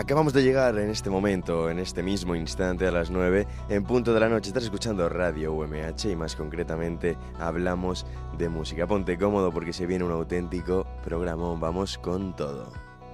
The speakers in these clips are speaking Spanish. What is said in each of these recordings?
Acabamos de llegar en este momento, en este mismo instante a las 9, en punto de la noche. Estás escuchando Radio UMH y más concretamente hablamos de música. Ponte cómodo porque se viene un auténtico programón. Vamos con todo.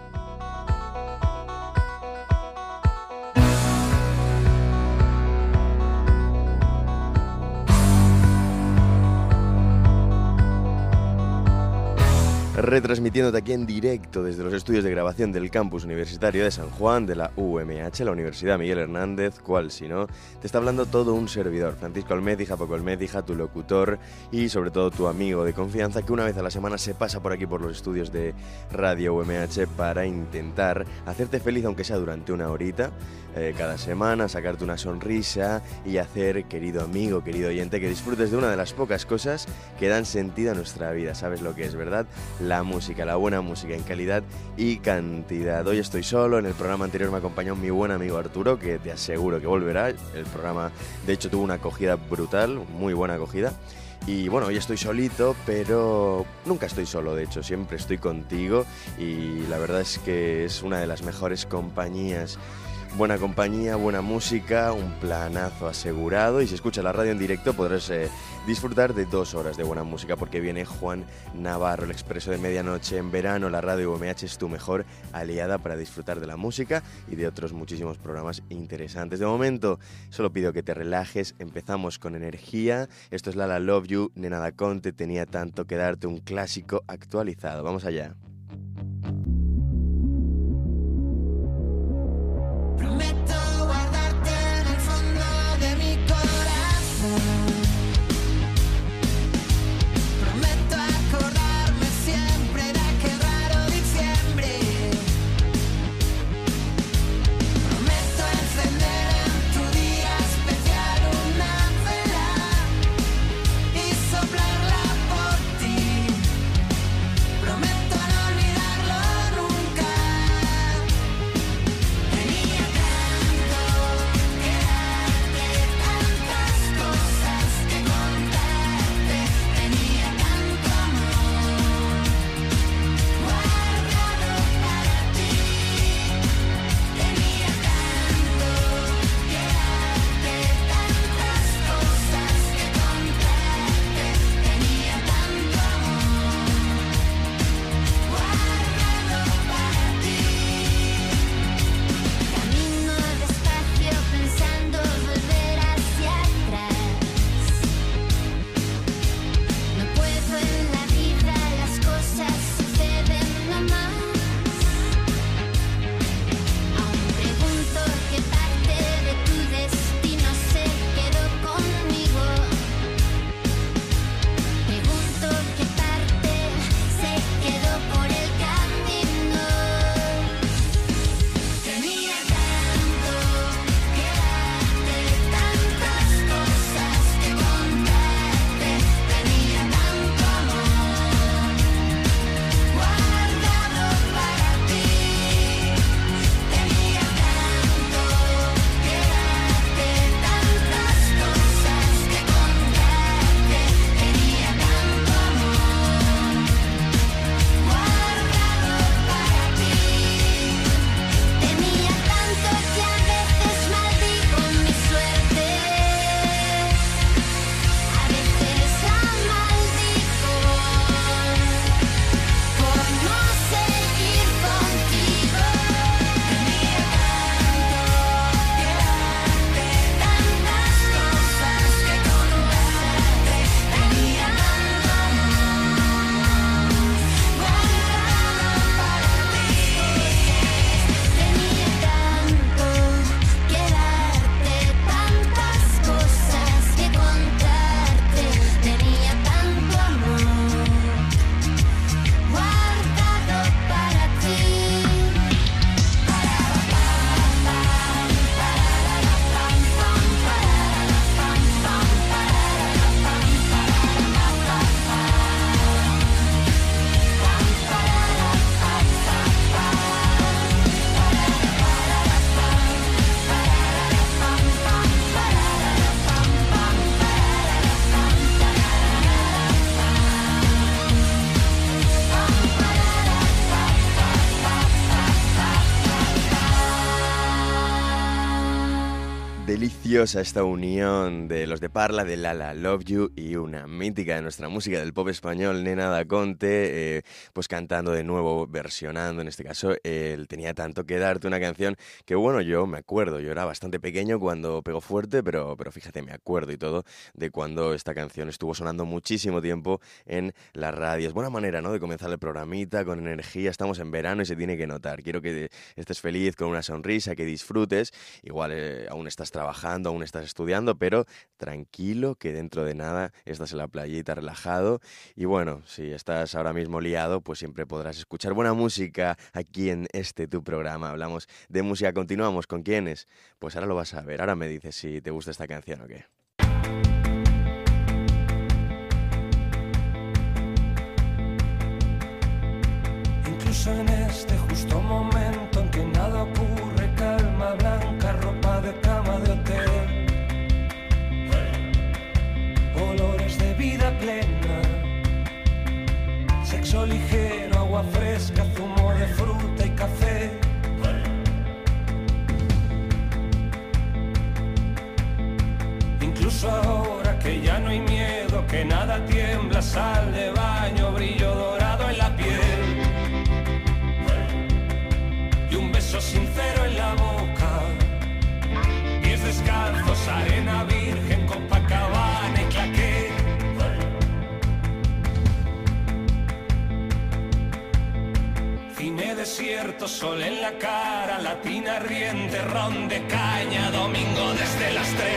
Retransmitiéndote aquí en directo desde los estudios de grabación del campus universitario de San Juan, de la UMH, la Universidad Miguel Hernández, cual si no, te está hablando todo un servidor, Francisco Almécija, Paco Almécija, tu locutor y sobre todo tu amigo de confianza que una vez a la semana se pasa por aquí por los estudios de Radio UMH para intentar hacerte feliz, aunque sea durante una horita, cada semana, sacarte una sonrisa y hacer, querido amigo, querido oyente, que disfrutes de una de las pocas cosas que dan sentido a nuestra vida. ¿Sabes lo que es, verdad? La música, la buena música en calidad y cantidad. Hoy estoy solo, en el programa anterior me acompañó mi buen amigo Arturo, que te aseguro que volverá. El programa, de hecho, tuvo una acogida brutal, muy buena acogida. Y bueno, hoy estoy solito, pero nunca estoy solo, de hecho, siempre estoy contigo y la verdad es que es una de las mejores compañías. Buena compañía, buena música, un planazo asegurado y si escuchas la radio en directo podrás disfrutar de 2 horas de buena música porque viene Juan Navarro, el expreso de medianoche. En verano la radio UMH es tu mejor aliada para disfrutar de la música y de otros muchísimos programas interesantes. De momento solo pido que te relajes, empezamos con energía. Esto es Lala Love You, Nena Da Conte, tenía tanto que darte, un clásico actualizado. Vamos allá. Soplarla por ti, prometo no preciosa esta unión de los de Parla, de Lala Love You y una mítica de nuestra música del pop español, Nena Da Conte, pues cantando de nuevo, versionando en este caso, él Tenía tanto que darte, una canción que bueno, yo me acuerdo, yo era bastante pequeño cuando pegó fuerte, pero fíjate, me acuerdo y todo de cuando esta canción estuvo sonando muchísimo tiempo en las radios. Buena manera, ¿no?, de comenzar el programita con energía, estamos en verano y se tiene que notar. Quiero que estés feliz, con una sonrisa, que disfrutes. Igual aún estás trabajando, aún estás estudiando, pero tranquilo, que dentro de nada estás en la playita relajado. Y bueno, si estás ahora mismo liado, pues siempre podrás escuchar buena música aquí en tu programa. Hablamos de música, continuamos. ¿Con quiénes? Pues ahora lo vas a ver, ahora me dices si te gusta esta canción o qué. Incluso en este justo momento en que nada ocurre, calma blanca, ropa de cama de hotel, olores de vida plena, sexo ligero, agua fresca, zumo de fruta y café. Incluso ahora que ya no hay miedo, que nada tiembla, sal de baño, brillo dorado en la piel y un beso sincero en la boca, pies descalzos, arena virgen, Copacabana y claqué. Cine desierto, sol en la cara, latina riente, ron de caña, domingo desde las 3.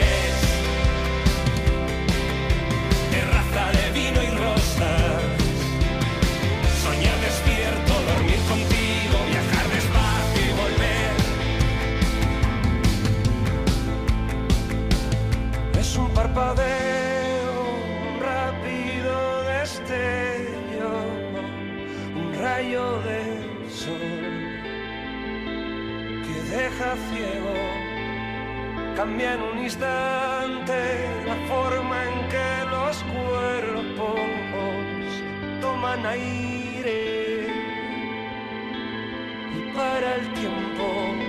Terraza de vino y rosas, soñar despierto, dormir contigo, viajar despacio y volver. Es un parpadeo, un rápido destello, un rayo de sol que deja ciego. Cambia en un instante la forma en que los cuerpos toman aire y para el tiempo.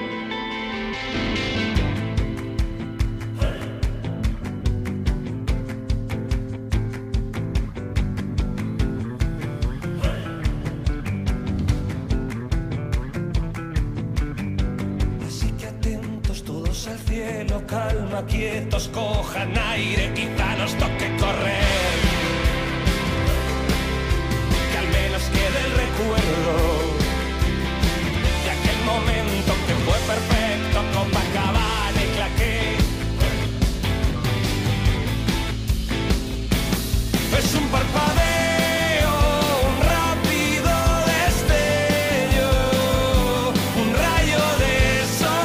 Al cielo, calma, quietos, cojan aire, quizá nos toque correr, que al menos quede el recuerdo de aquel momento que fue perfecto, Copacabana y claqué. Es un parpadeo, un rápido destello, un rayo de sol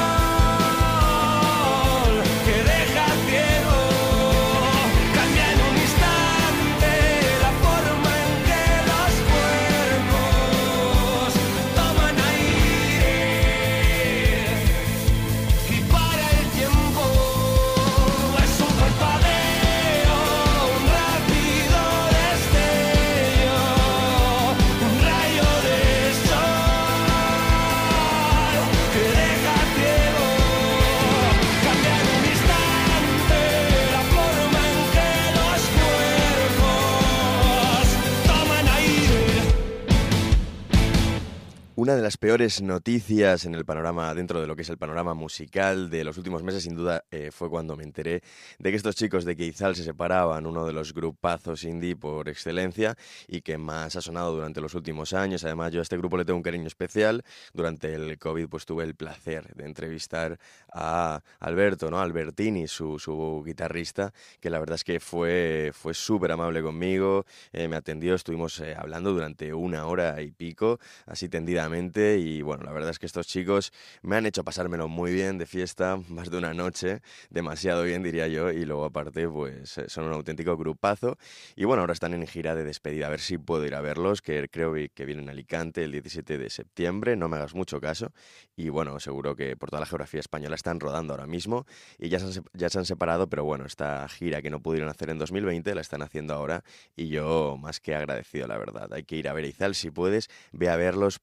Una de las peores noticias en el panorama, dentro de lo que es el panorama musical de los últimos meses, sin duda, fue cuando me enteré de que estos chicos de Queizal se separaban, uno de los grupazos indie por excelencia y que más ha sonado durante los últimos años. Además, yo a este grupo le tengo un cariño especial. Durante el COVID pues tuve el placer de entrevistar a Alberto, ¿no?, Albertini, su guitarrista, que la verdad es que fue súper amable conmigo, me atendió, estuvimos hablando durante 1 hora y pico, así tendidamente. Y bueno, la verdad es que estos chicos me han hecho pasármelo muy bien de fiesta, más de una noche, demasiado bien diría yo, y luego aparte pues son un auténtico grupazo. Y bueno, ahora están en gira de despedida, a ver si puedo ir a verlos, que creo que vienen a Alicante el 17 de septiembre, no me hagas mucho caso. Y bueno, seguro que por toda la geografía española están rodando ahora mismo y ya se han separado, pero bueno, esta gira que no pudieron hacer en 2020 la están haciendo ahora y yo más que agradecido, la verdad. Hay que ir a ver a Izal si puedes, ve a verlos porque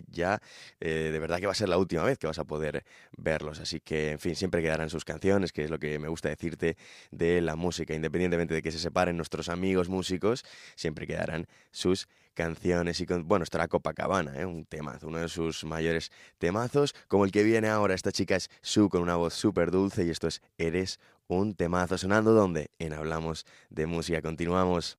que ya de verdad que va a ser la última vez que vas a poder verlos. Así que, en fin, siempre quedarán sus canciones, que es lo que me gusta decirte de la música. Independientemente de que se separen nuestros amigos músicos, siempre quedarán sus canciones. Y bueno, estará Copacabana, un temazo, uno de sus mayores temazos, como el que viene ahora. Esta chica es Su, con una voz súper dulce, y esto es Eres un temazo. ¿Sonando dónde? En Hablamos de Música. Continuamos.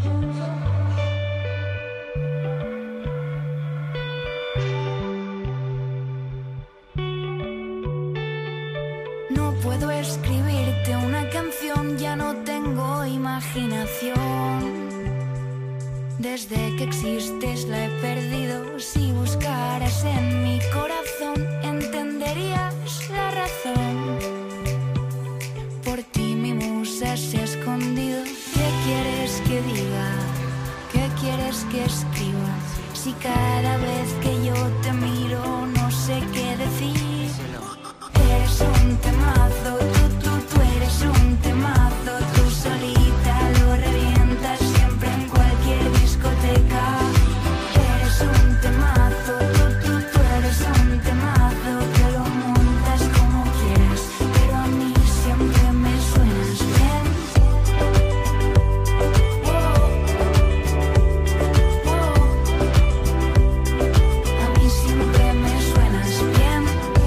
No puedo escribirte una canción, ya no tengo imaginación. Desde que existes la he perdido. Si buscaras en mi corazón, entenderías la razón. Por ti mi musa se ha escondido. ¿Qué quieres que diga? ¿Qué quieres que escriba? Si cada vez que yo te miro no sé qué decir. Eres un temazo, tú eres un temazo. Tú solita lo revientas siempre en cualquier discoteca. Eres un temazo, tú eres un temazo. Que lo montas como quieras, pero a mí siempre me suenas bien. A mí siempre me suenas bien.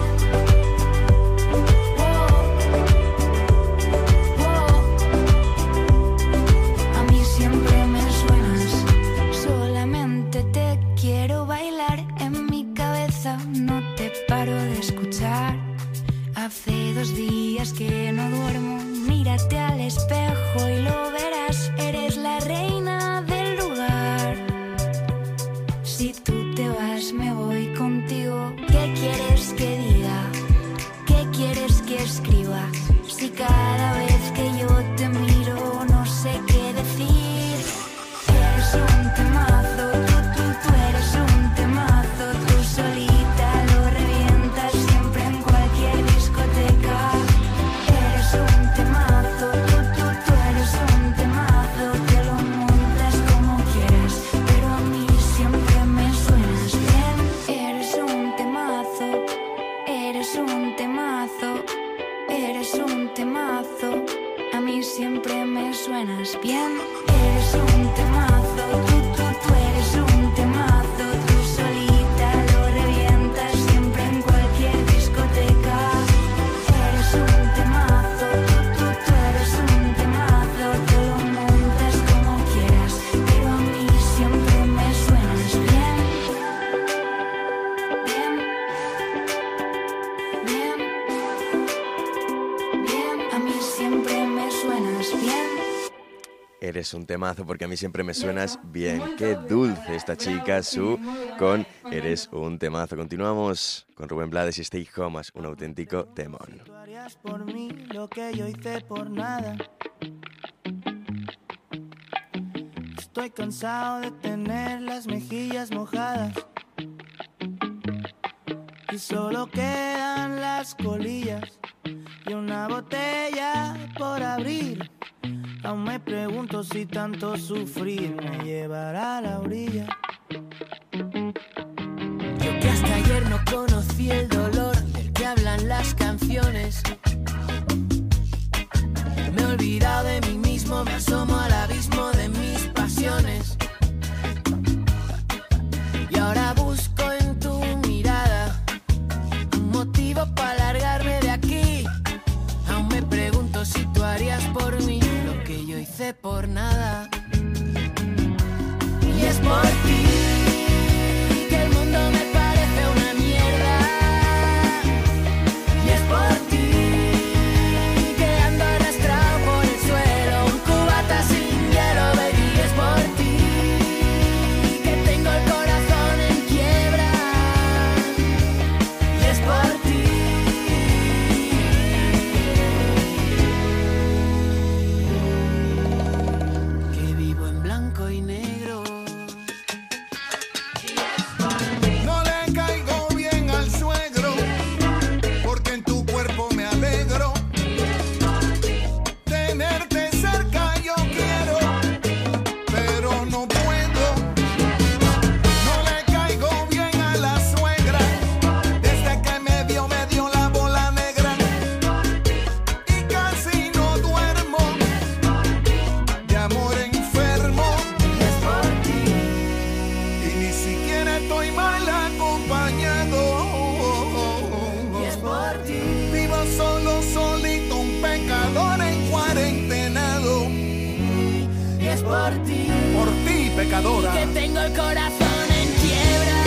A mí siempre me suenas. Solamente te quiero bailar en mi cabeza, no te paro de escuchar. Hace 2 días que no duermo. Mírate al espejo y lo verás. Eres la reina del lugar. Si tú te vas me voy contigo. ¿Qué quieres que diga? ¿Qué quieres que escriba? Si cada vez que yo te miro no sé qué decir. Eres un temazo, tú eres un temazo. Tú solita lo revientas siempre en cualquier discoteca. Eres un temazo, tú eres un temazo. Que lo montas como quieras, pero a mí siempre me suenas bien. Eres un temazo, eres un temazo. Eres un temazo, a mí siempre me suenas bien. Eres un temazo, tú eres un temazo. Tú solita lo revientas siempre en cualquier discoteca. Eres un temazo, tú eres un temazo. Te lo montas como quieras, pero a mí siempre me suenas bien. Bien, bien. Bien, a mí siempre me suenas bien. Eres un temazo, porque a mí siempre me suenas bien. Qué dulce esta chica, Su, con Eres un temazo. Continuamos con Rubén Blades y Stay Home, un auténtico temón. Tú harías por mí lo que yo hice por nada. Estoy cansado de tener las mejillas mojadas y solo quedan las colillas y una botella por abrir. Aún me pregunto si tanto sufrir me llevará a la orilla. Yo que hasta ayer no conocí el dolor del que hablan las canciones. Me he olvidado de mí mismo, me asomo al abismo de mis pasiones. Y ahora busco en tu mirada un motivo para largarme de aquí. Aún me pregunto si tú harías por mí lo que yo hice por nada. Y es por ti que el mundo me parece una mierda. Y es por ti que ando arrastrado por el suelo, un cubata sin hielo, baby. Y es por ti que tengo el corazón en quiebra. Y es por ti. Que vivo en blanco y negro. es por ti, pecadora. Que tengo el corazón en quiebra.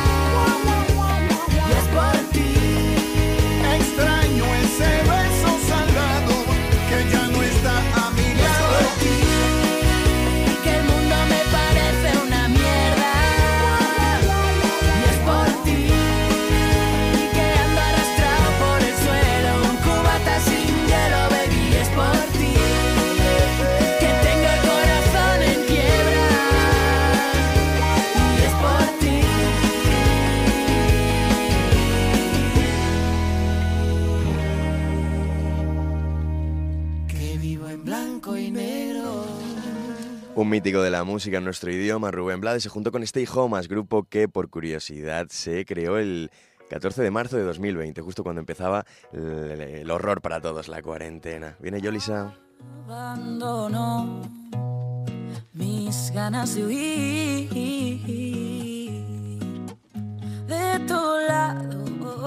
Y es por ti. Extraño ese beso salado que ya no está a mi lado. Y es por ti. Que el mundo me parece una mierda. Y es por ti. Que ando arrastrado por el suelo, un cubata sin hielo, baby. Y es por ti. Que tengo el corazón en quiebra. Y es por ti. Que vivo en blanco y negro. Un mítico de la música en nuestro idioma, Rubén Blades, se juntó con Stay Homas, grupo que, por curiosidad, se creó el 14 de marzo de 2020, justo cuando empezaba el horror para todos, la cuarentena. ¿Viene Yolisa? Abandono mis ganas de huir de tu lado.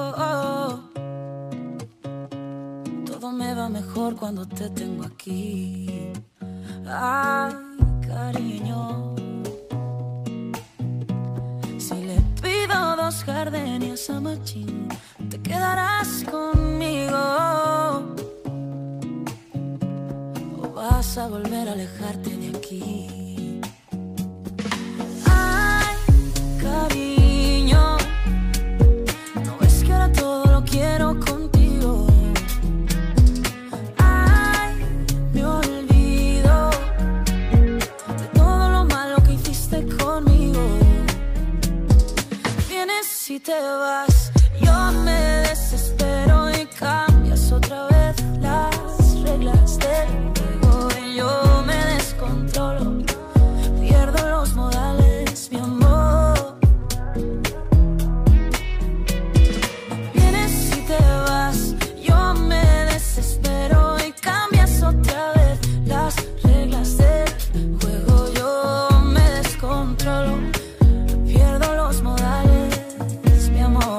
Todo me va mejor cuando te tengo aquí. Ay, cariño, si le pido 2 gardenias a Machín, te quedarás conmigo. ¿O vas a volver a alejarte de aquí? Ay, cariño, ¿no ves que ahora todo lo quiero contigo? Ay, me olvido de todo lo malo que hiciste conmigo. Vienes y te vas, yo me desespero y cambias otra vez las reglas del juego. Y yo me descontrolo, pierdo los modales, mi amor. Vienes y te vas, yo me desespero y cambias otra vez las reglas del juego. Yo me descontrolo, pierdo los modales, mi amor.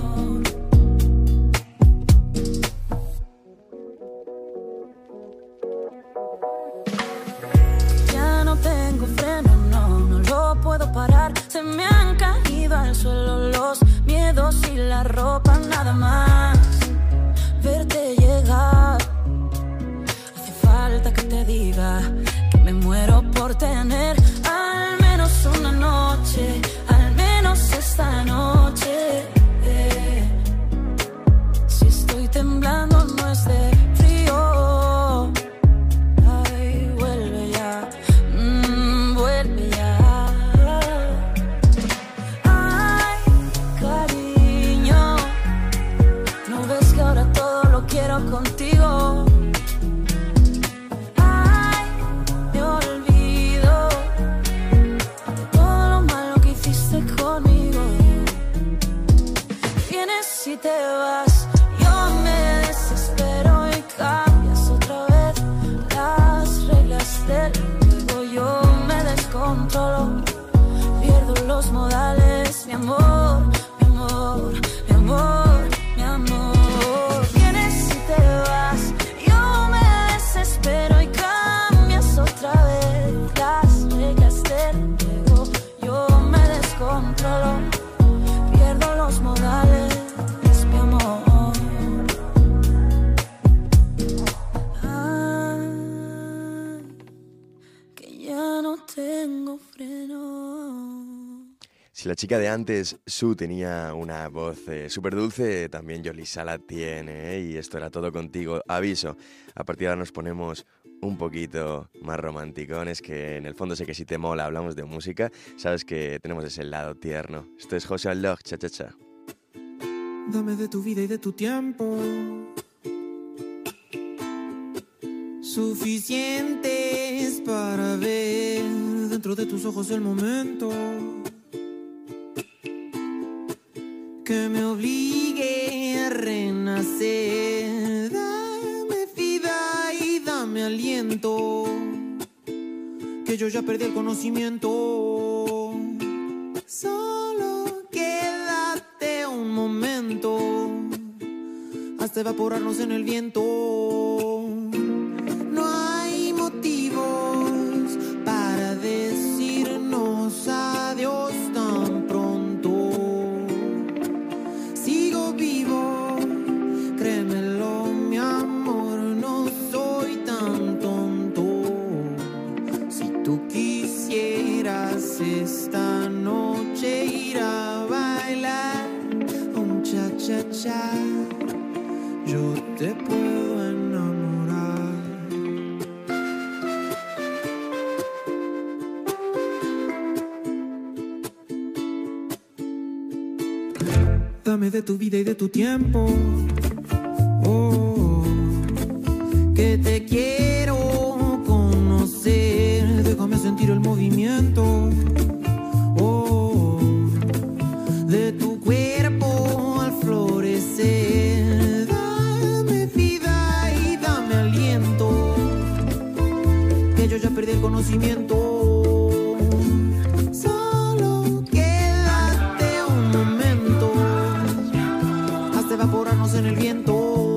Ya no tengo freno, no lo puedo parar. Se me han caído al suelo los miedos y la ropa, nada más verte llegar. Hace falta que te diga que me muero por tener al menos una noche, al menos esta noche. Si estoy temblando no es de frío. Ay, vuelve ya, vuelve ya. Ay, cariño, ¿no ves que ahora todo lo quiero contigo? Ay, me olvido de todo lo malo que hiciste conmigo. Vienes y te vas, yo me desespero y cambias otra vez las reglas del juego. Yo me descontrolo, pierdo los modales, mi amor, mi amor, mi amor, mi amor. Vienes y te vas, yo me desespero y cambias otra vez las reglas del juego. Yo me descontrolo, pierdo los modales, mi amor. Ay, que ya no tengo freno. Si la chica de antes, Su, tenía una voz súper dulce, también Yolisa la tiene, ¿eh? Y esto era todo contigo. Aviso, a partir de ahora nos ponemos un poquito más romanticones, que en el fondo sé que si te mola, hablamos de música, sabes que tenemos ese lado tierno. Esto es José Aloj, cha cha cha. Dame de tu vida y de tu tiempo, suficientes para ver dentro de tus ojos el momento que me obligue a renacer. Dame vida y dame aliento, que yo ya perdí el conocimiento. Solo quédate un momento hasta evaporarnos en el viento. No hay motivos para tú quisieras esta noche ir a bailar un cha-cha-cha, yo te puedo enamorar. Dame de tu vida y de tu tiempo, oh, que te quiero conocer. Déjame sentir el movimiento, oh, de tu cuerpo al florecer. Dame vida y dame aliento, que yo ya perdí el conocimiento. Solo quédate un momento hasta evaporarnos en el viento.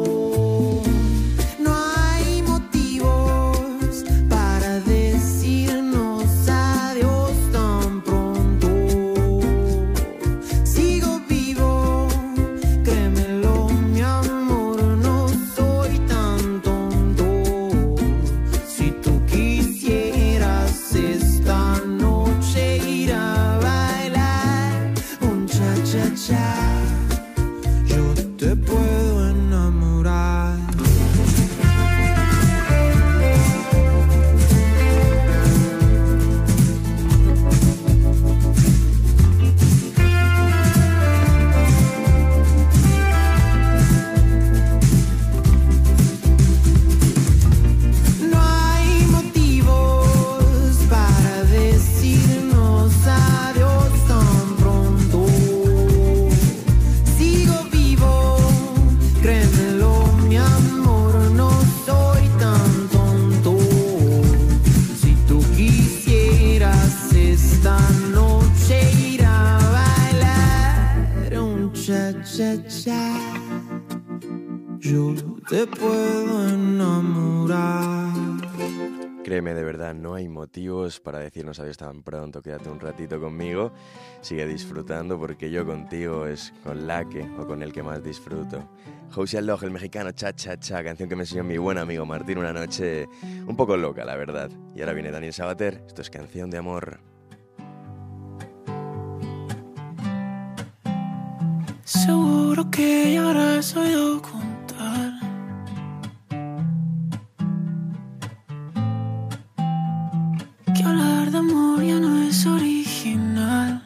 No hay motivos para decirnos adiós tan pronto. Sigo vivo, créemelo, mi amor, no soy tan tonto. Si tú quisieras esta noche ir a bailar un cha-cha-cha, yo te puedo enamorar. No hay motivos para decirnos adiós tan pronto. Sigo vivo, créemelo, mi amor, no soy tan tonto. Si tú quisieras esta noche ir a bailar un cha-cha-cha, yo te puedo enamorar. Créeme, de verdad, no hay motivos para decirnos adiós tan pronto. Quédate un ratito conmigo, sigue disfrutando, porque yo contigo es con la que o con el que más disfruto. José Aloj, el mexicano, cha-cha-cha, canción que me enseñó mi buen amigo Martín una noche un poco loca, la verdad. Y ahora viene Daniel Sabater, esto es Canción de Amor. Seguro que ya habrás oído contar que hablar de amor ya no es original.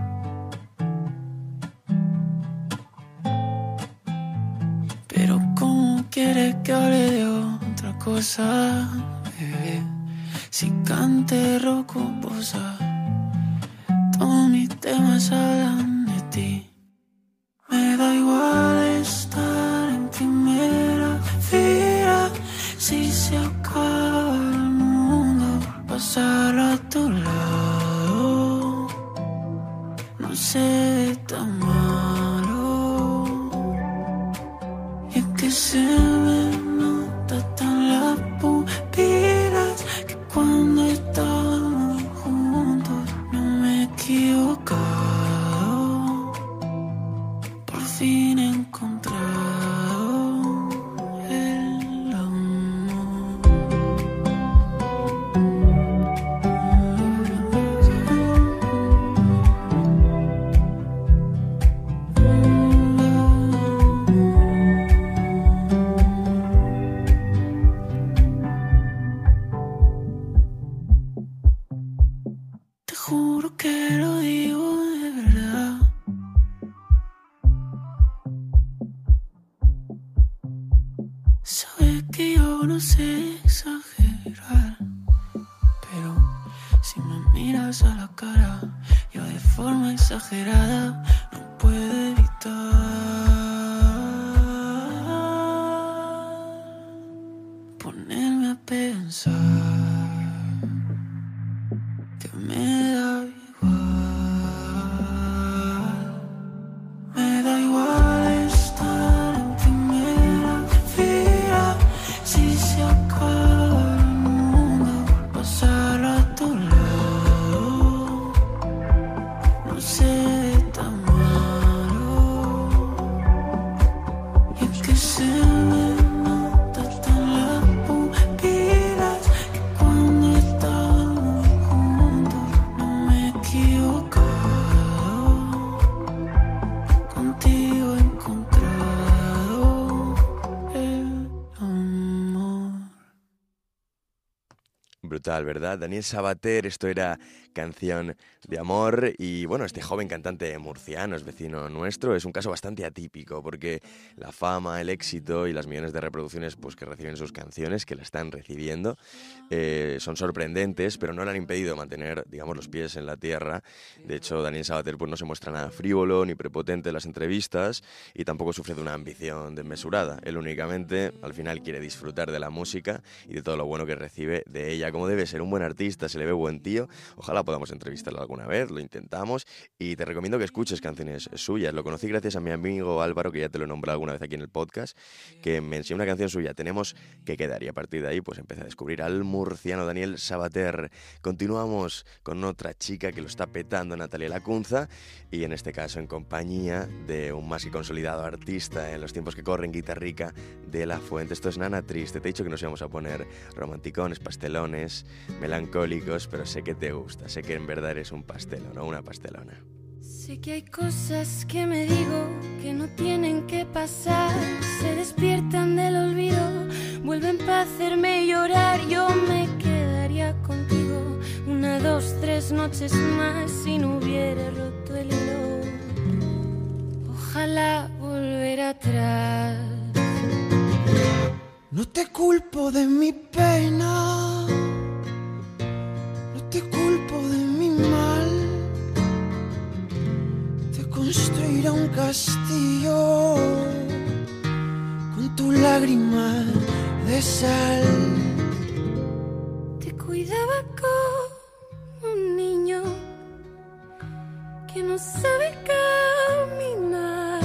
Pero ¿cómo quiere que hable de otra cosa, bebé? Si cante rock o bossa, todos mis temas hablan de ti. Me da igual estar en primera fila si se acaba el mundo, pasar a tu lado no se ve tan malo. Y es que se me nota tan las pupilas que cuando estamos juntos no me he equivocado. Por fin he encontrado el amor. Te juro que lo digo de verdad. Sabes que yo no sé exagerar, pero si me miras a la cara, yo de forma exagerada no puedo evitar ponerme a pensar que me da igual. Me da igual estar en primera fila si se acaba el mundo, pasar a tu lado no se ve tan malo. Brutal, ¿verdad? Daniel Sabater, esto era Canción de Amor. Y bueno, este joven cantante murciano es vecino nuestro. Es un caso bastante atípico porque la fama, el éxito y las millones de reproducciones pues, que reciben sus canciones, que la están recibiendo, son sorprendentes, pero no le han impedido mantener, digamos, los pies en la tierra. De hecho, Daniel Sabater pues, no se muestra nada frívolo ni prepotente en las entrevistas y tampoco sufre de una ambición desmesurada. Él únicamente, al final, quiere disfrutar de la música y de todo lo bueno que recibe de ella. Como debe ser un buen artista, se le ve buen tío. Ojalá podamos entrevistarlo alguna vez, lo intentamos y te recomiendo que escuches canciones suyas. Lo conocí gracias a mi amigo Álvaro, que ya te lo he nombrado alguna vez aquí en el podcast, que me enseñó una canción suya, Tenemos que quedar, y a partir de ahí pues empecé a descubrir al murciano Daniel Sabater. Continuamos con otra chica que lo está petando, Natalia Lacunza, y en este caso en compañía de un más que consolidado artista en los tiempos que corren, Guitarrica de la Fuente. Esto es Nana Triste. Te he dicho que nos íbamos a poner romanticones, pastelones, melancólicos, pero sé que te gusta, sé que en verdad eres un pastelón o una pastelona. Sé que hay cosas que me digo que no tienen que pasar, se despiertan del olvido, vuelven para hacerme llorar. Yo me quedaría contigo 1, 2, 3 noches más si no hubiera roto el hilo. Ojalá volver atrás. No te culpo de mi pena, no te culpo de mi mal. Te construiré un castillo con tu lágrima de sal. Te cuidaba como un niño que no sabe caminar.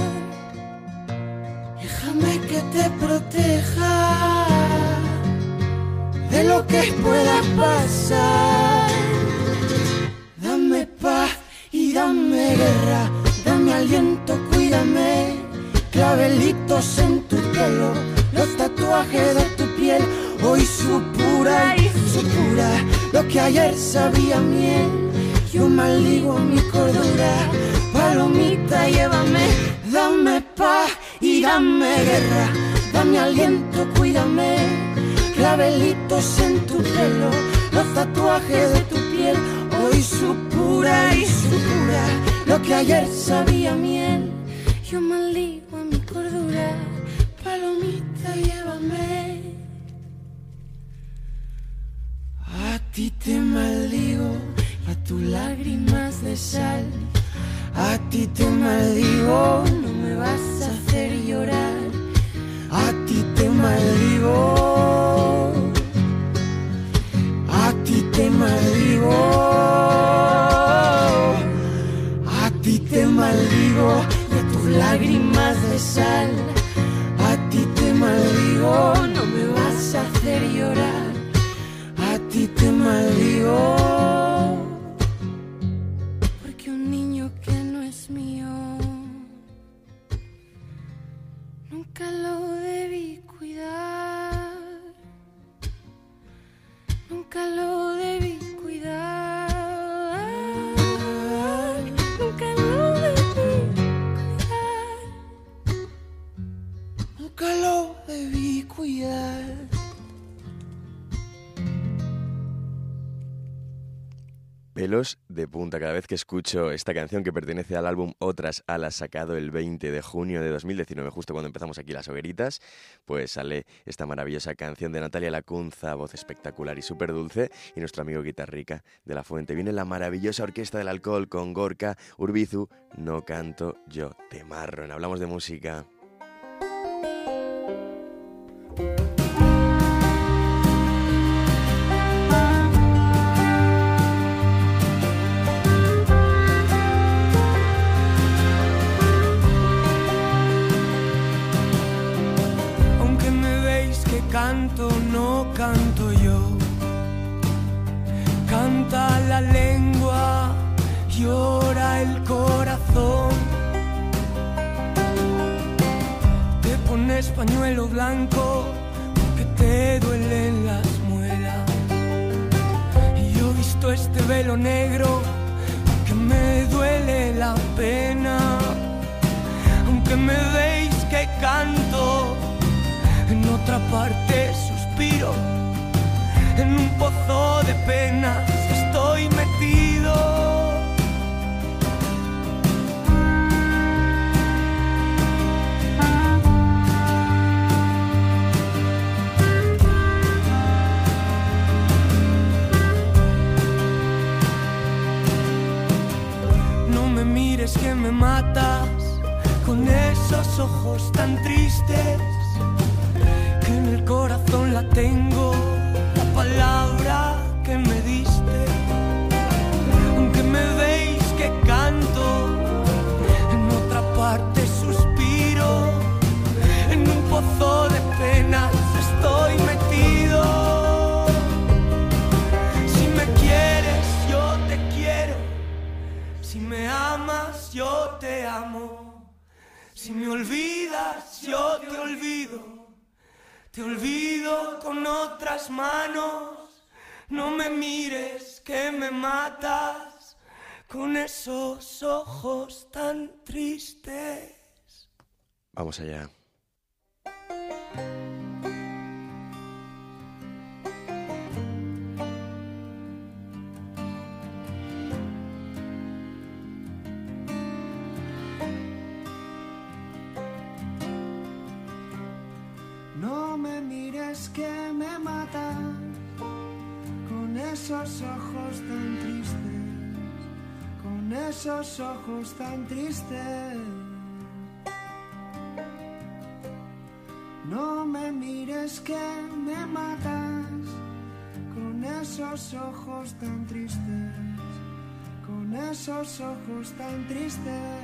Déjame que te proteja de lo que pueda pasar. Dame paz y dame guerra, dame aliento, cuídame. Clavelitos en tu pelo, los tatuajes de tu piel. Hoy supura y supura lo que ayer sabía miel. Yo maldigo mi cordura, palomita, llévame. Dame paz y dame guerra, dame aliento, cuídame. Clavelitos en tu pelo, los tatuajes de tu piel. Hoy supura y supura lo que ayer sabía miel. Yo maldigo a mi cordura, palomita, llévame. A ti te maldigo, a tus lágrimas de sal. A ti te maldigo, No me vas a hacer llorar. a ti te maldigo, a ti te maldigo, a ti te maldigo, y a tus lágrimas de sal. A ti te maldigo, no me vas a hacer llorar. A ti te maldigo. Porque un niño que no es mío nunca lo debí cuidar. Nunca lo debí cuidar. Nunca lo debí cuidar. Nunca lo debí cuidar. Pelos de punta cada vez que escucho esta canción que pertenece al álbum Otras Alas, sacado el 20 de junio de 2019, justo cuando empezamos aquí las hogueritas, pues sale esta maravillosa canción de Natalia Lacunza, voz espectacular y súper dulce, y nuestro amigo Guitarrica de la Fuente. Viene la maravillosa Orquesta del Alcohol con Gorka Urbizu, No canto yo, te marron. Hablamos de música. Canto, no canto yo. Canta la lengua, llora el corazón. Te pones pañuelo blanco porque te duelen las muelas. Y yo he visto este velo negro porque me duele la pena. Aunque me veis que canto, en otra parte suspiro, en un pozo pozo de penas estoy metido. No me mires que me matas con esos ojos tan tristes, que en el corazón la tengo, la palabra que me diste. Aunque me veis que canto, en otra parte suspiro, en un pozo de penas estoy metido. Si me quieres, yo te quiero. Si me amas, yo te amo. Si me olvidas, yo te olvido. Te olvido con otras manos. No me mires que me matas con esos ojos tan tristes. Vamos allá. No me mires que me matas con esos ojos tan tristes, con esos ojos tan tristes. No me mires que me matas con esos ojos tan tristes, con esos ojos tan tristes.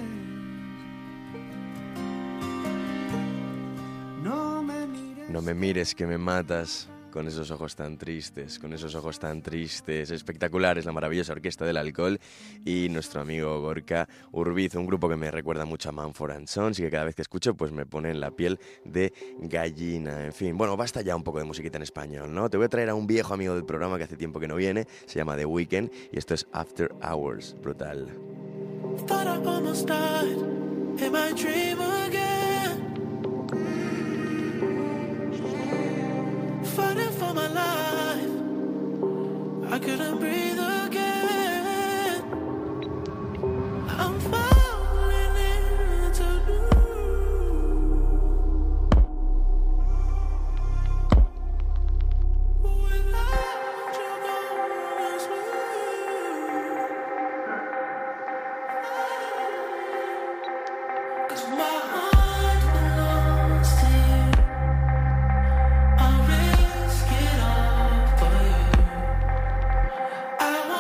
No me mires que me matas con esos ojos tan tristes, con esos ojos tan tristes. Espectacular es la maravillosa Orquesta del Alcohol y nuestro amigo Gorka Urbiz, un grupo que me recuerda mucho a Mumford & Sons y que cada vez que escucho pues me pone en la piel de gallina. En fin, bueno, basta ya un poco de musiquita en español, ¿no? Te voy a traer a un viejo amigo del programa que hace tiempo que no viene, se llama The Weeknd y esto es After Hours, brutal. Thought I almost died in my dream again. Fighting for my life, I couldn't breathe again. I'm falling into blue. Without you going through. 'Cause my heart belongs to you. I'll risk it all for you. I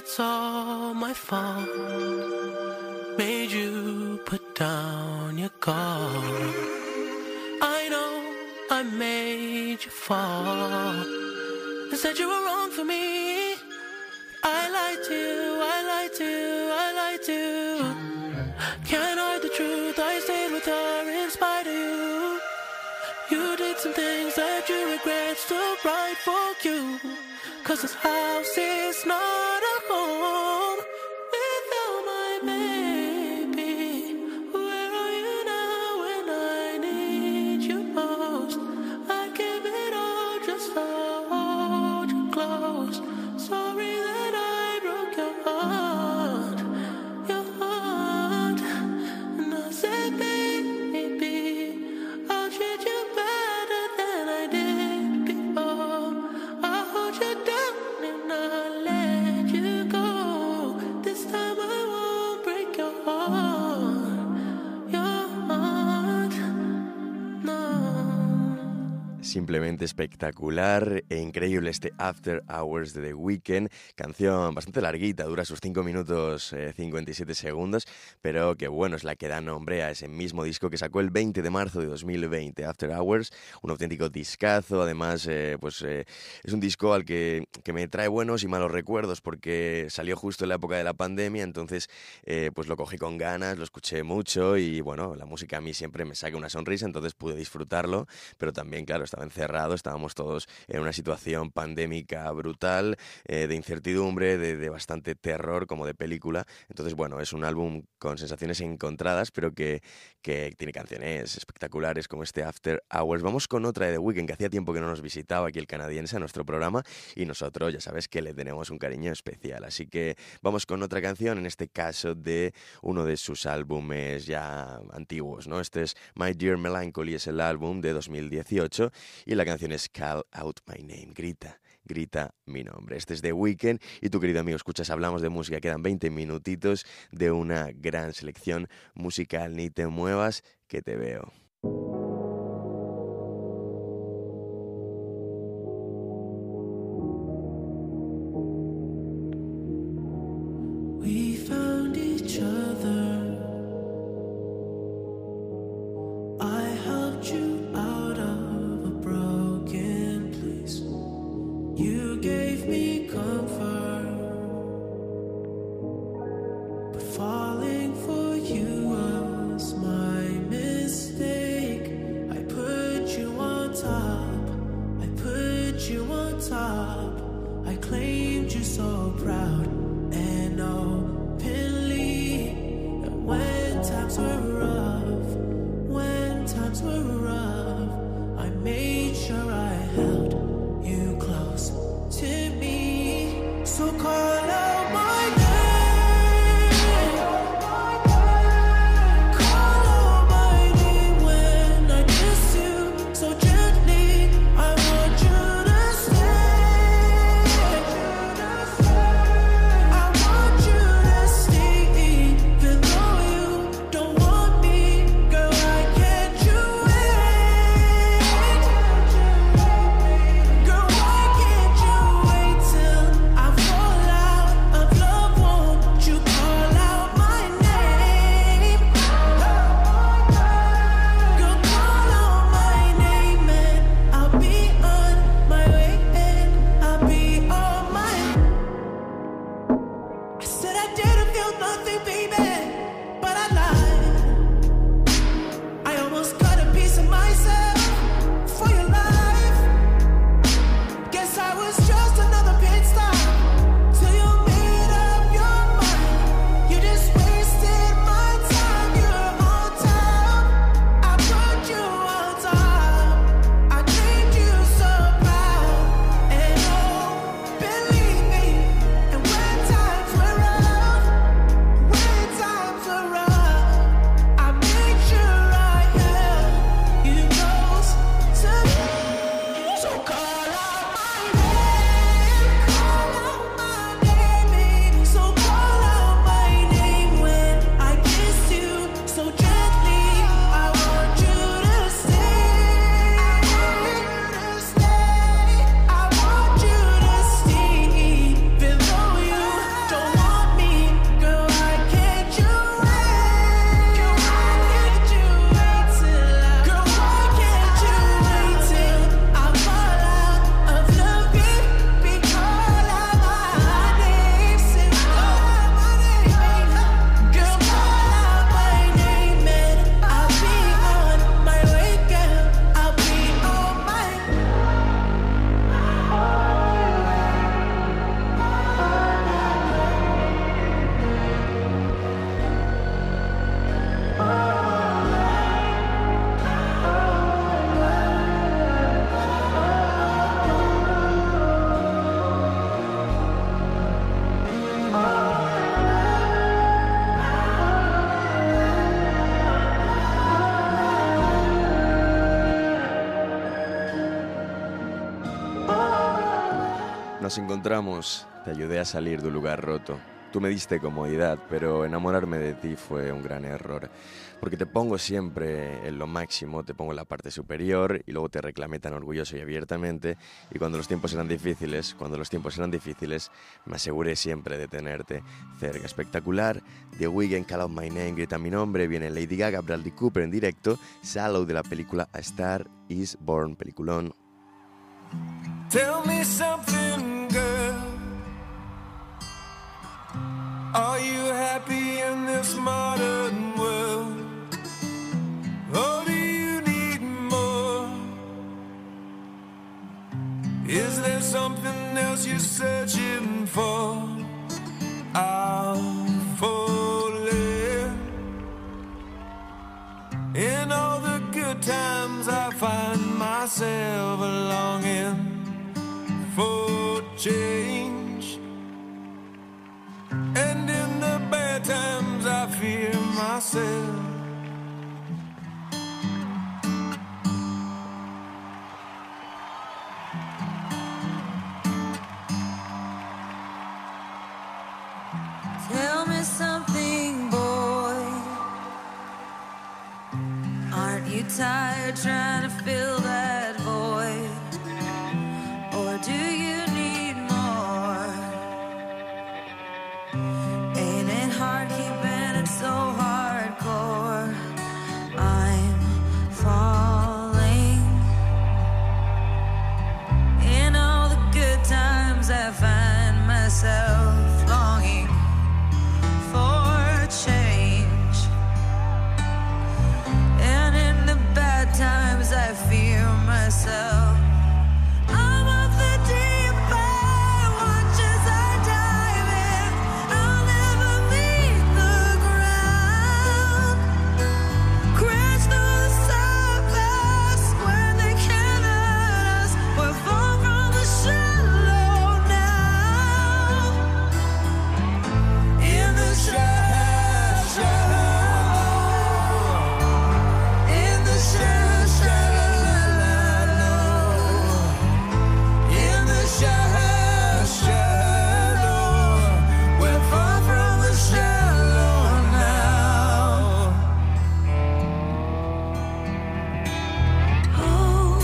it's all my fault. Made you put down your guard. I know I made you fall. And said you were wrong for me. I lied to you, I lied to you, I lied to you. Can't hide the truth, I stayed with her in spite of you. You did some things that you regret, still right for you. 'Cause this house is not a home without my baby. Where are you now when I need you most? I give it all just to hold you close. Sorry that I broke your heart, and I said, baby, I'll treat you better than I did before. I'll hold you down and I'll let you go. This time I won't break your heart, no. Simplemente espectacular e increíble este After Hours de The Weeknd, canción bastante larguita, dura sus 5 minutos 57 segundos, pero que bueno, es la que da nombre a ese mismo disco que sacó el 20 de marzo de 2020, After Hours, un auténtico discazo. Además es un disco al que me trae buenos y malos recuerdos porque salió justo en la época de la pandemia, entonces pues lo cogí con ganas, lo escuché mucho y bueno, la música a mí siempre me saca una sonrisa, entonces pude disfrutarlo, pero también claro, estaba encerrado, estábamos todos en una situación pandémica brutal, de incertidumbre, de bastante terror como de película. Entonces bueno, es un álbum con sensaciones encontradas, pero que tiene canciones espectaculares como este After Hours. Vamos con otra de The Weeknd, que hacía tiempo que no nos visitaba aquí el canadiense a nuestro programa, y nosotros ya sabes que le tenemos un cariño especial, así que vamos con otra canción, en este caso de uno de sus álbumes ya antiguos, ¿no? Este es My Dear Melancholy, es el álbum de 2018 y la canción es Call Out My Name, grita mi nombre. Este es The Weeknd y tu querido amigo escuchas Hablamos de Música. Quedan 20 minutitos de una gran selección musical. Ni te muevas que te veo. We found each other. I helped you out of a broken place. You gave me comfort, but falling for you was my mistake. nos encontramos, te ayudé a salir de un lugar roto. Tú me diste comodidad, pero enamorarme de ti fue un gran error. Porque te pongo siempre en lo máximo, te pongo en la parte superior y luego te reclamé tan orgulloso y abiertamente. Y cuando los tiempos eran difíciles, me aseguré siempre de tenerte cerca. Espectacular. The Weeknd, Call Out My Name, grita mi nombre. Viene Lady Gaga, Bradley Cooper en directo. Shallow de la película A Star Is Born, peliculón. Tell me something, girl. Are you happy in this modern world? Or do you need more? Is there something else you're searching for? I'm falling. In all the good times I find myself longing for change. And in the bad times I fear myself. Tell me something, boy. Aren't you tired trying to fill that void? Or do you need more? Ain't it hard keeping it so hardcore? I'm falling. In all the good times I find myself longing for change. And in the bad times I fear myself. I'm of the deep end, watch as I dive in. I'll never meet the ground. Crash through the surface where they can't hurt us. We're far from the shallow now. In the shallow, in the shallow, in the shallow, we're far from the shallow now. Oh,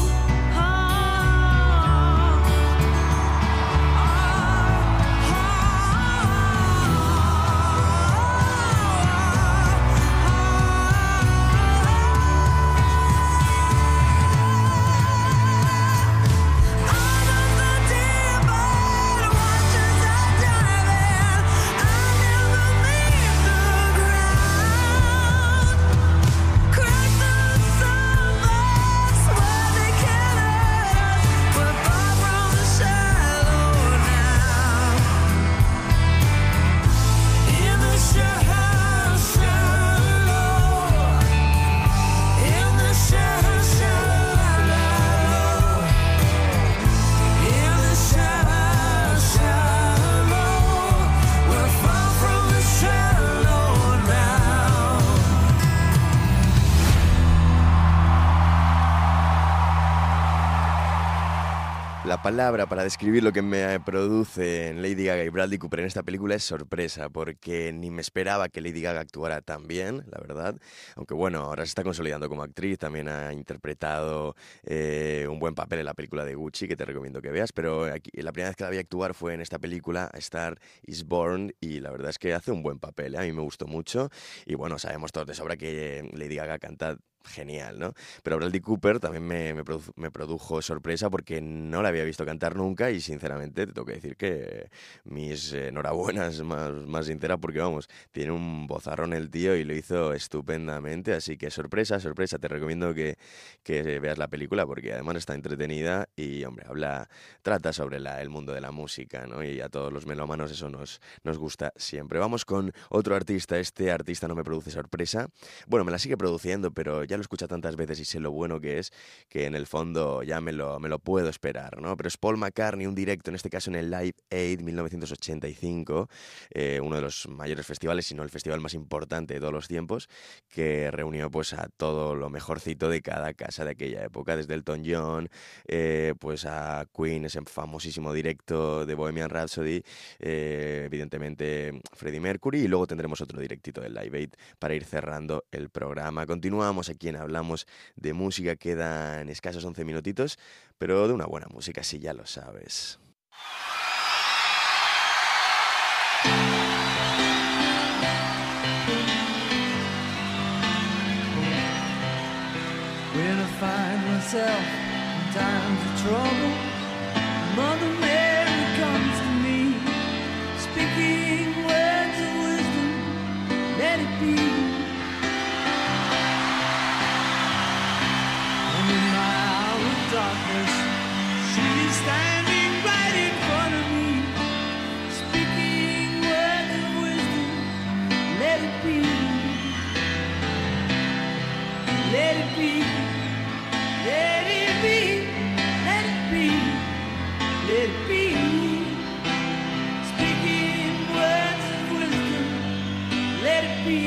La palabra para describir lo que me produce en Lady Gaga y Bradley Cooper en esta película es sorpresa, porque ni me esperaba que Lady Gaga actuara tan bien, la verdad. Aunque bueno, ahora se está consolidando como actriz, también ha interpretado un buen papel en la película de Gucci, que te recomiendo que veas, pero aquí, la primera vez que la vi actuar fue en esta película, A Star Is Born, y la verdad es que hace un buen papel, ¿eh? A mí me gustó mucho, y bueno, sabemos todos de sobra que Lady Gaga canta genial, ¿no? Pero Bradley Cooper también me produjo sorpresa porque no la había visto cantar nunca y sinceramente te tengo que decir que mis enhorabuenas más sinceras porque vamos, tiene un vozarrón el tío y lo hizo estupendamente, así que sorpresa, te recomiendo que veas la película porque además está entretenida y hombre, trata sobre el mundo de la música, ¿no? Y a todos los melómanos eso nos gusta siempre. Vamos con otro artista, este artista no me produce sorpresa, bueno, me la sigue produciendo, pero ya lo he escuchado tantas veces y sé lo bueno que es, que en el fondo ya me lo puedo esperar, ¿no? Pero es Paul McCartney, un directo, en este caso en el Live Aid 1985, uno de los mayores festivales, si no el festival más importante de todos los tiempos, que reunió pues a todo lo mejorcito de cada casa de aquella época, desde Elton John, pues a Queen, ese famosísimo directo de Bohemian Rhapsody, evidentemente Freddie Mercury, y luego tendremos otro directito del Live Aid para ir cerrando el programa. Continuamos aquí en Hablamos de Música, quedan escasos 11 minutitos, pero de una buena música, si ya lo sabes. When I find myself in times of trouble, Mother Mary comes to me, speaking words of wisdom, let it be. And in my hour of darkness, she's standing right in front of me, speaking words of wisdom, let it be. Let it be. Let it be, let it be, let it be. Speaking words of wisdom, let it be.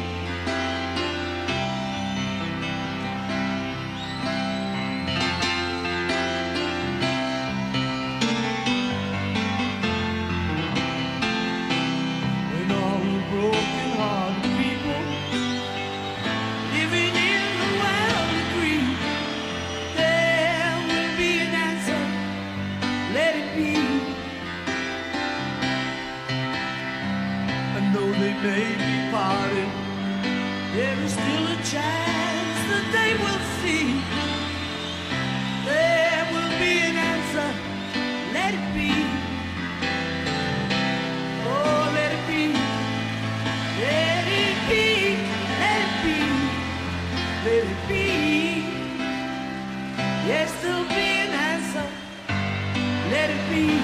When all the broken-hearted people living in the world agree, there will be an answer, let it be. And though they may be parted, there is still a chance that they will see. There will be an answer, let it be. Oh, let it be. Let it be, let it be, let it be. Yes, there'll be an answer, let it be.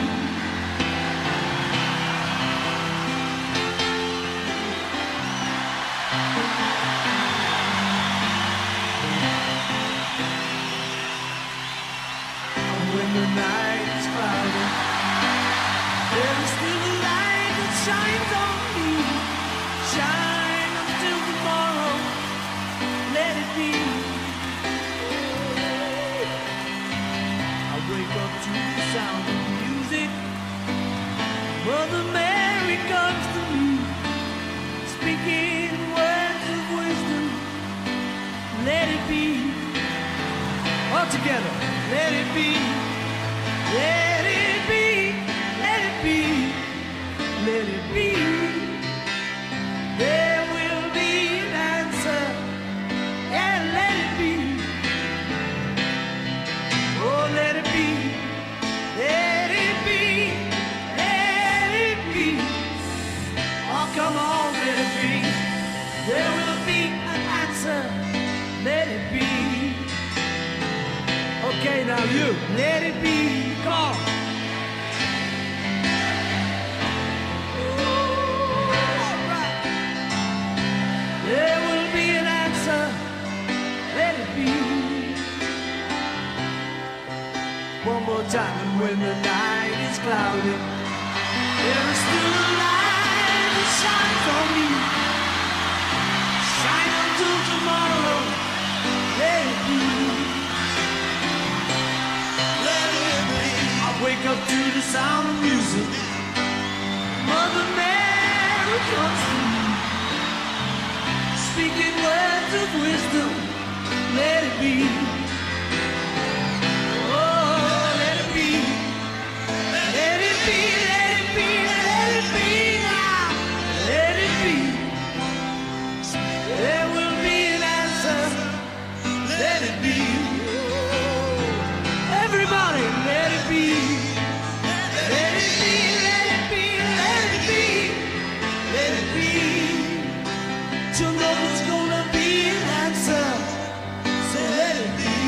And when the night is cloudy, there is still a light that shines on me. Shine until tomorrow, let it be. I wake up to the sound of music. Mother Mary comes to me, speaking words of wisdom, let it be. All together, let it be. Let it be, let it be, let it be. There will be an answer, and let it be. Oh, let it be, let it be, let it be. Oh, come on, let it be. There will be an answer, let it be. Okay, now you, let it be, come on. There will be an answer, let it be. One more time, and when the night is cloudy, there is still a light that shines on me. Shine until tomorrow, let it be. Let it be. I wake up to the sound of music. Mother Mary comes to me, speaking words of wisdom, let it be. Oh, let it be. Let it be, let it be, let it be now. Let it be. There will be an answer, let it be. Everybody, let it be. Let it be, let it be, let it be. Let it be. To know there's gonna be an answer, so let it be.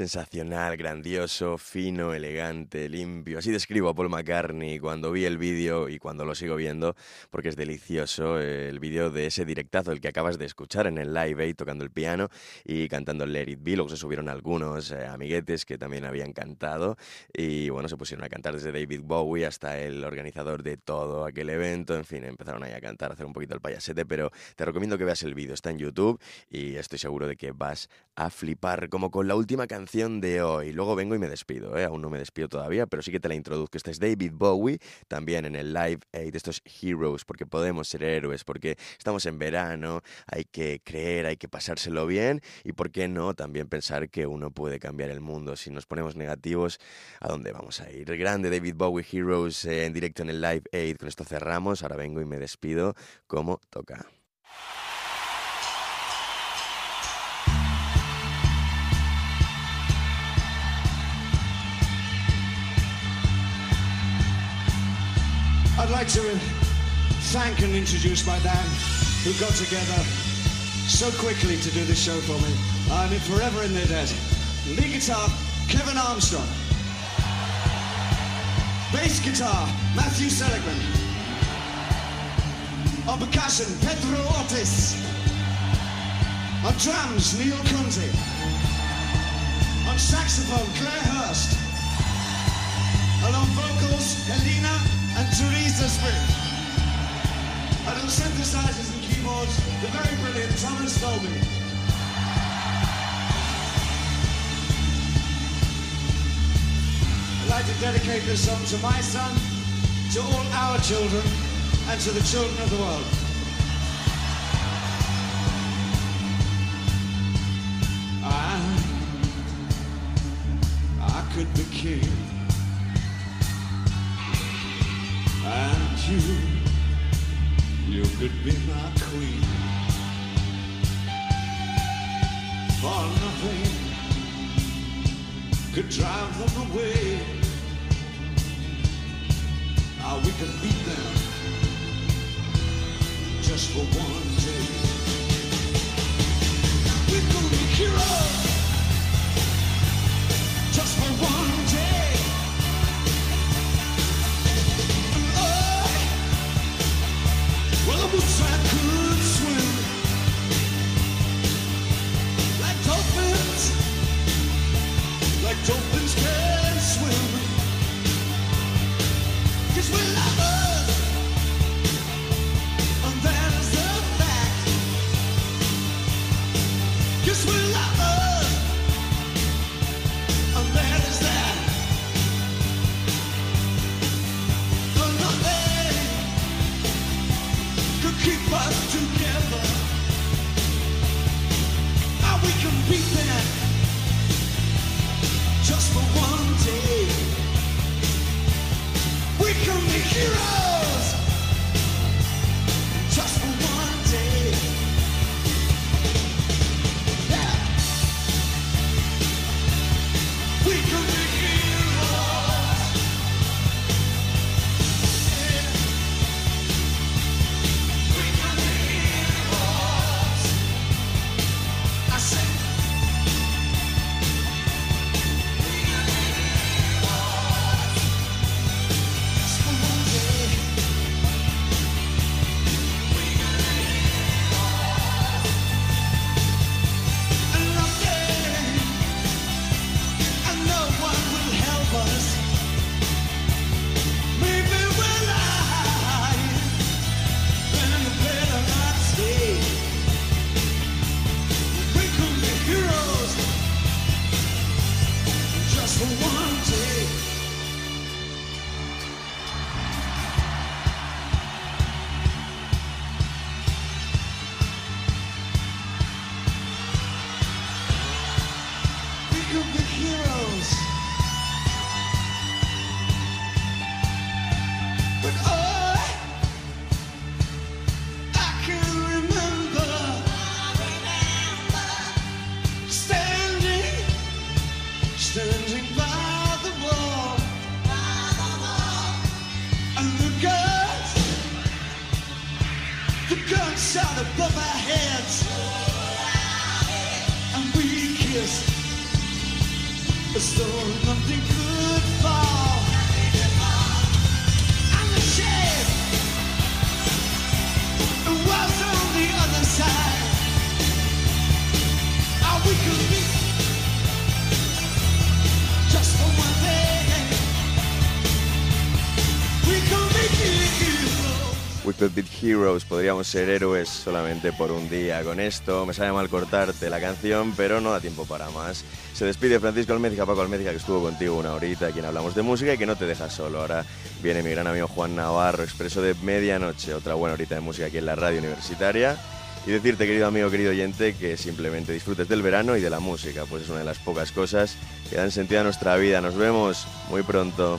Sensacional, grandioso, fino, elegante, limpio. Así describo a Paul McCartney cuando vi el vídeo y cuando lo sigo viendo, porque es delicioso el vídeo de ese directazo, el que acabas de escuchar en el Live Aid, tocando el piano y cantando Let It Be. Luego se subieron algunos amiguetes que también habían cantado y bueno, se pusieron a cantar desde David Bowie hasta el organizador de todo aquel evento. En fin, empezaron ahí a cantar, a hacer un poquito el payasete, pero te recomiendo que veas el vídeo, está en YouTube y estoy seguro de que vas a flipar, como con la última canción de hoy. Luego vengo y me despido, aún no me despido todavía, pero sí que te la introduzco. Este es David Bowie, también en el Live Aid. Estos Heroes, porque podemos ser héroes, porque estamos en verano, hay que creer, hay que pasárselo bien y por qué no también pensar que uno puede cambiar el mundo. Si nos ponemos negativos, ¿a dónde vamos a ir? Grande David Bowie, Heroes, en directo en el Live Aid. Con esto cerramos, ahora vengo y me despido como toca. I'd like to thank and introduce my band who got together so quickly to do this show for me. I'm forever in their debt. Lead guitar, Kevin Armstrong. Bass guitar, Matthew Seligman. On percussion, Pedro Ortiz. On drums, Neil Conti. On saxophone, Claire Hurst. And on vocals, Helena and Teresa Spring. And on synthesizers and keyboards, the very brilliant Thomas Dolby. I'd like to dedicate this song to my son, to all our children, and to the children of the world. I could be king. And you could be my queen. For nothing could drive them away. We could beat them just for one day. We could be heroes just for one day. Well, I wish I could swim like dolphins can swim. 'Cause we're lovers, and that is the fact. 'Cause we're lovers, and that is that. But nothing could keep us together. Now we can beat that just for one day. We can be heroes just for one day. Yeah. We can be heroes. Yeah. We can be heroes. I say. Above our heads, and we kissed storm, nothing could fall. And the shame, the world's on the other side. Oh, we could be just for one day. We could be heroes. We could be heroes, podríamos ser héroes solamente por un día. Con esto me sabe mal cortarte la canción, pero no da tiempo para más. Se despide Francisco Almécija, Paco Almécija, que estuvo contigo una horita, a quien hablamos de música y que no te deja solo. Ahora viene mi gran amigo Juan Navarro, Expreso de Medianoche, otra buena horita de música aquí en la radio universitaria. Y decirte, querido amigo, querido oyente, que simplemente disfrutes del verano y de la música, pues es una de las pocas cosas que dan sentido a nuestra vida. Nos vemos muy pronto.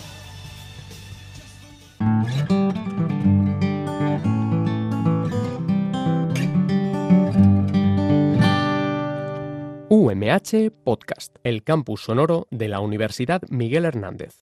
UMH Podcast, el campus sonoro de la Universidad Miguel Hernández.